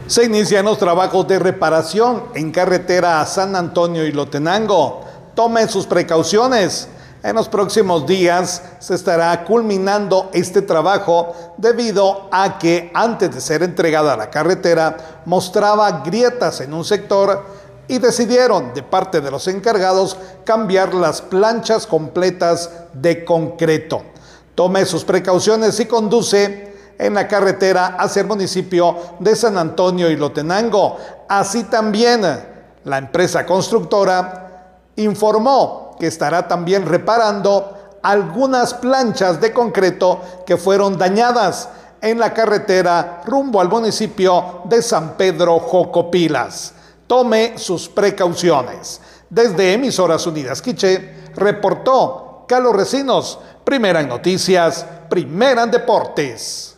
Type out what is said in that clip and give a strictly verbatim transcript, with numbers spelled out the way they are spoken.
Se inician los trabajos de reparación en carretera a San Antonio y Lotenango. Tome sus precauciones. En los próximos días se estará culminando este trabajo debido a que antes de ser entregada la carretera mostraba grietas en un sector y decidieron de parte de los encargados cambiar las planchas completas de concreto. Tome sus precauciones y conduce en la carretera hacia el municipio de San Antonio y Lotenango. Así también la empresa constructora informó que estará también reparando algunas planchas de concreto que fueron dañadas en la carretera rumbo al municipio de San Pedro Jocopilas. Tome sus precauciones. Desde Emisoras Unidas Quiché, reportó Carlos Recinos, primera en noticias, primera en deportes.